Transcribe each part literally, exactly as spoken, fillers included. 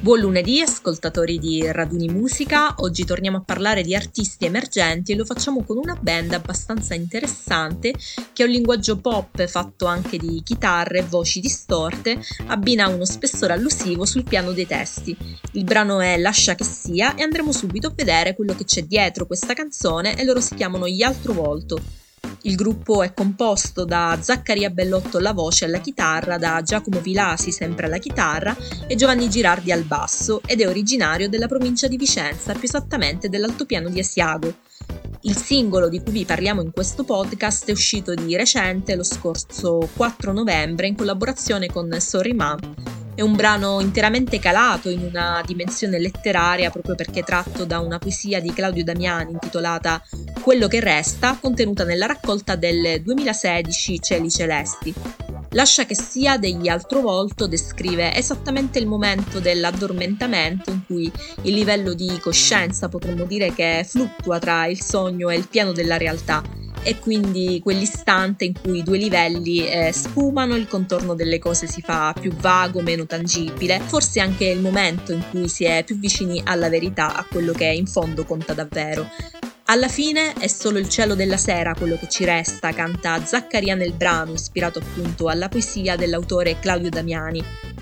Buon lunedì, ascoltatori di Raduni Musica. Oggi torniamo a parlare di artisti emergenti e lo facciamo con una band abbastanza interessante che ha un linguaggio pop fatto anche di chitarre e voci distorte, abbina uno spessore allusivo sul piano dei testi. Il brano è Lascia che sia e andremo subito a vedere quello che c'è dietro questa canzone e loro si chiamano Gli Altro Volto. Il gruppo è composto da Zaccaria Bellotto alla voce e alla chitarra, da Giacomo Vilasi sempre alla chitarra e Giovanni Girardi al basso ed è originario della provincia di Vicenza, più esattamente dell'altopiano di Asiago. Il singolo di cui vi parliamo in questo podcast è uscito di recente, lo scorso quattro novembre, in collaborazione con Sorry Ma. È un brano interamente calato in una dimensione letteraria proprio perché tratto da una poesia di Claudio Damiani intitolata Quello che resta, contenuta nella raccolta del duemilasedici Cieli Celesti. Lascia che sia degli Altro Volto descrive esattamente il momento dell'addormentamento in cui il livello di coscienza potremmo dire che fluttua tra il sogno e il piano della realtà. E quindi quell'istante in cui i due livelli eh, sfumano, il contorno delle cose si fa più vago, meno tangibile, forse anche il momento in cui si è più vicini alla verità, a quello che in fondo conta davvero. Alla fine è solo il cielo della sera quello che ci resta, canta Zaccaria nel brano, ispirato appunto alla poesia dell'autore Claudio Damiani.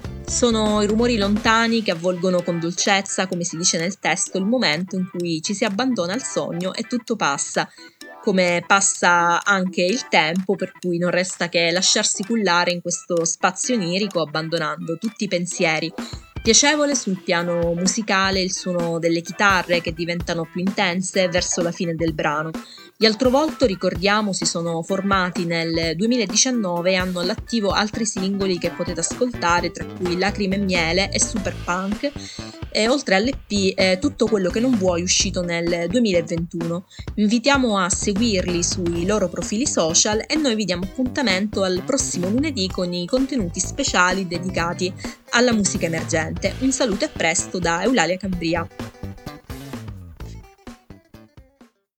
Sono i rumori lontani che avvolgono con dolcezza, come si dice nel testo, il momento in cui ci si abbandona al sogno e tutto passa. Come passa anche il tempo, per cui non resta che lasciarsi cullare in questo spazio onirico abbandonando tutti i pensieri. Piacevole sul piano musicale il suono delle chitarre che diventano più intense verso la fine del brano. Gli Altro Volto, ricordiamo, si sono formati nel duemiladiciannove e hanno all'attivo altri singoli che potete ascoltare, tra cui Lacrime e Miele e Super Punk, e oltre all'E P eh, Tutto quello che non vuoi, uscito nel duemilaventuno. Vi invitiamo a seguirli sui loro profili social e noi vi diamo appuntamento al prossimo lunedì con i contenuti speciali dedicati alla musica emergente. Un saluto e a presto da Eulalia Cambria.